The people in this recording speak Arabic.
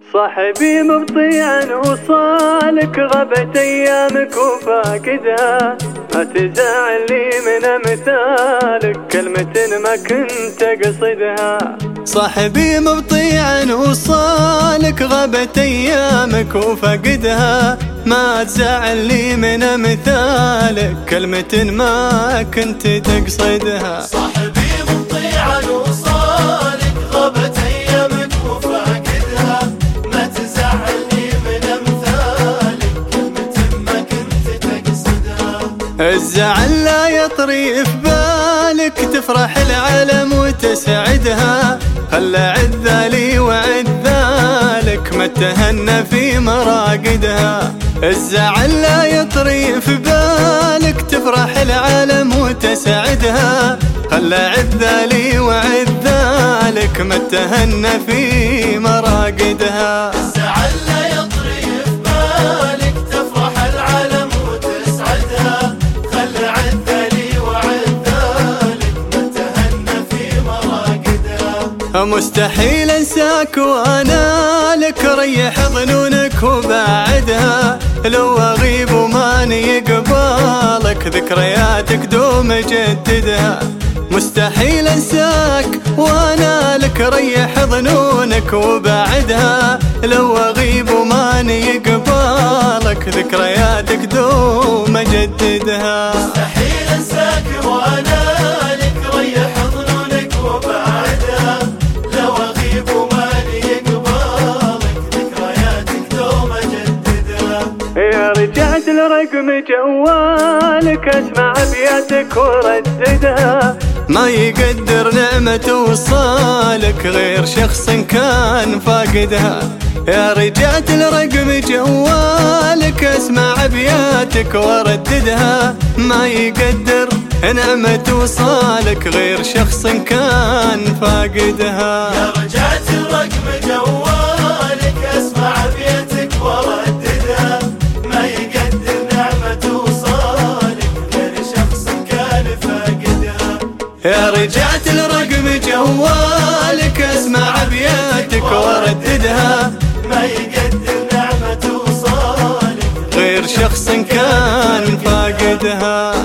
صاحبي مبطي عن وصالك، غابت ايامك وفاقدها، ما تزعل لي من امثالك، كلمة ما كنت اقصدها. صاحبي مبطي عن وصالك، غابت ايامك وفاقدها، ما تزعل لي من امثالك، كلمة ما كنت تقصدها. صاحبي مبطي عن وصالك، غابت ايامك وفاقدها، ما تزعل لي من امثالك، كلمة ما كنت تقصدها. الزعل لا يطري في بالك، تفرح العالم وتسعدها، خلى عذالي وعذالك ما تهنى في مراقدها. الزعل لا يطري في بالك، تفرح العالم وتسعدها، خلى عذالي وعذالك ما تهنى في مراقدها. الزعل لا يطري في بالك، تفرح العالم وتسعدها، خلى عذالي وعذالك ما تهنى في مراقدها. مستحيل انساك وانا لك، ريح ظنونك وبعدها، لو اغيب وماني قبالك، ذكرياتك دوم جددها. مستحيل انساك وانا لك، ريح ظنونك وبعدها، لو اغيب وماني قبالك، ذكرياتك دوم جددها. مستحيل انساك وانا لك، ريح ظنونك وبعدها، لو اغيب وماني قبالك، ذكرياتك دوم جددها. يا رجعت لرقم جوالك، اسمع ابياتك ورددها، ما يقدر نعمة وصالك غير شخص كان فاقدها. يا رجعت لرقم جوالك، اسمع ابياتك ورددها، ما يقدر نعمة وصالك غير شخص كان فاقدها. يا رجعت لرقم جوالك، اسمع ابياتك ورددها، ما يقدر نعمة وصالك غير شخص كان فاقدها. يا رجعت لرقم جوالك، اسمع ابياتك ورددها، ما يقدر نعمة وصالك غير شخص كان فاقدها.